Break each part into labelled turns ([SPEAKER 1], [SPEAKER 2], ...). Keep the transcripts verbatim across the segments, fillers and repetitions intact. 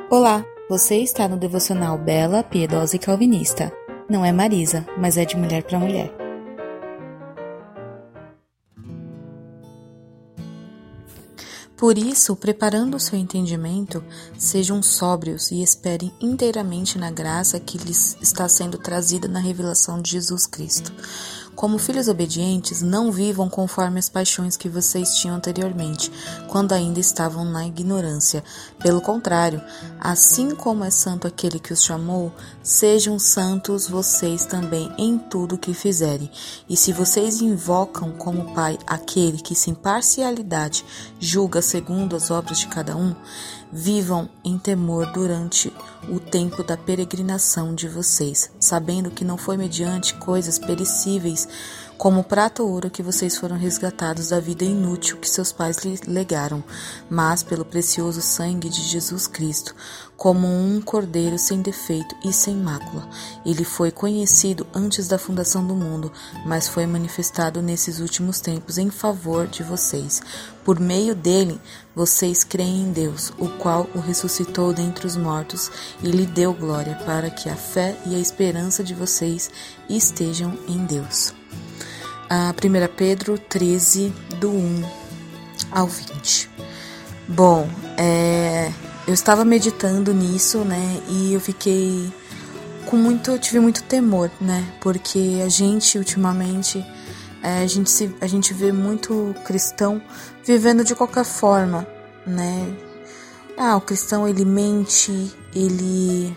[SPEAKER 1] Olá, você está no Devocional Bela, Piedosa e Calvinista. Não é Marisa, mas é de mulher para mulher. Por isso, preparando o seu entendimento, sejam sóbrios e esperem inteiramente na graça que lhes está sendo trazida na revelação de Jesus Cristo. Como filhos obedientes, não vivam conforme as paixões que vocês tinham anteriormente, quando ainda estavam na ignorância. Pelo contrário, assim como é santo aquele que os chamou, sejam santos vocês também em tudo o que fizerem. E se vocês invocam como Pai aquele que sem parcialidade julga segundo as obras de cada um, vivam em temor durante o tempo da peregrinação de vocês, sabendo que não foi mediante coisas perecíveis como prata ou ouro que vocês foram resgatados da vida inútil que seus pais lhe legaram, mas pelo precioso sangue de Jesus Cristo, como um cordeiro sem defeito e sem mácula. Ele foi conhecido antes da fundação do mundo, mas foi manifestado nesses últimos tempos em favor de vocês. Por meio dele, vocês creem em Deus, o qual o ressuscitou dentre os mortos e lhe deu glória, para que a fé e a esperança de vocês estejam em Deus. A primeira Pedro treze, do um ao vinte. Bom, é, eu estava meditando nisso, né, e eu fiquei com muito, eu tive muito temor, né, porque a gente, ultimamente, é, a, gente se, a gente vê muito cristão vivendo de qualquer forma, né. Ah, o cristão, ele mente, ele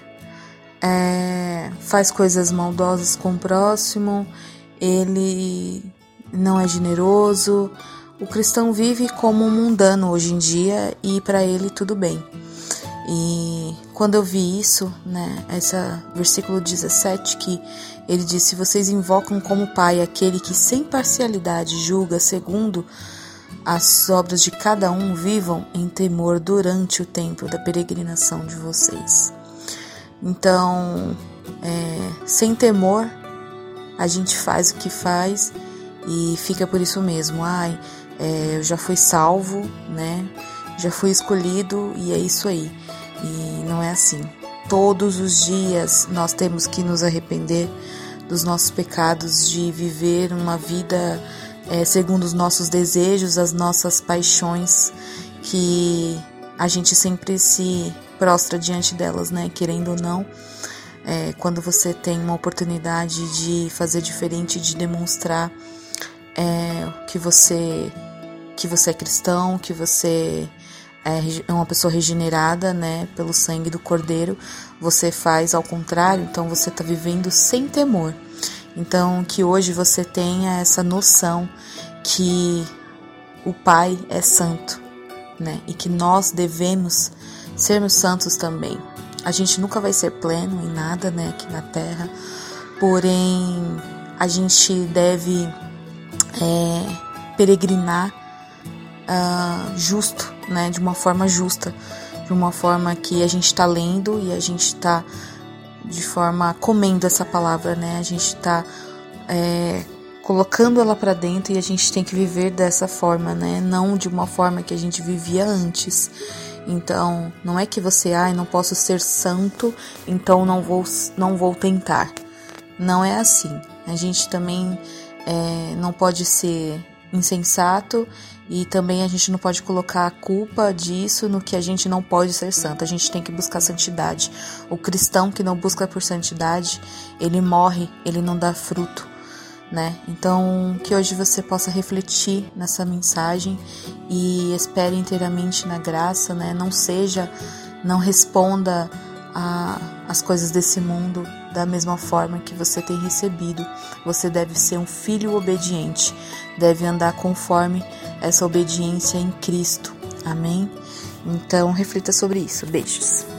[SPEAKER 1] é, faz coisas maldosas com o próximo, ele não é generoso. O cristão vive como um mundano hoje em dia e para ele tudo bem. E quando eu vi isso, né, esse versículo dezessete, que ele diz: se vocês invocam como Pai aquele que sem parcialidade julga segundo as obras de cada um, vivam em temor durante o tempo da peregrinação de vocês. Então, é, sem temor, a gente faz o que faz e fica por isso mesmo. Ai, é, eu já fui salvo, né? Já fui escolhido e é isso aí. E não é assim. Todos os dias nós temos que nos arrepender dos nossos pecados, de viver uma vida é, segundo os nossos desejos, as nossas paixões, que a gente sempre se prostra diante delas, né? Querendo ou não. É, quando você tem uma oportunidade de fazer diferente, de demonstrar é, que você que você é cristão, que você é uma pessoa regenerada, né, pelo sangue do Cordeiro, você faz ao contrário, então você está vivendo sem temor. Então, que hoje você tenha essa noção que o Pai é santo, né, e que nós devemos sermos santos também. A gente nunca vai ser pleno em nada, né, aqui na Terra, porém a gente deve é, peregrinar uh, justo, né, de uma forma justa, de uma forma que a gente está lendo e a gente está de forma comendo essa palavra, né, a gente está é, colocando ela para dentro e a gente tem que viver dessa forma, né, não de uma forma que a gente vivia antes. Então, não é que você, ai, ah, não posso ser santo, então não vou, não vou tentar. Não é assim. A gente também é, não pode ser insensato e também a gente não pode colocar a culpa disso no que a gente não pode ser santo. A gente tem que buscar santidade. O cristão que não busca por santidade, ele morre, ele não dá fruto, né? Então, que hoje você possa refletir nessa mensagem e espere inteiramente na graça, né? Não seja, não responda a, as coisas desse mundo da mesma forma que você tem recebido. Você deve ser um filho obediente, deve andar conforme essa obediência em Cristo. Amém? Então, reflita sobre isso. Beijos.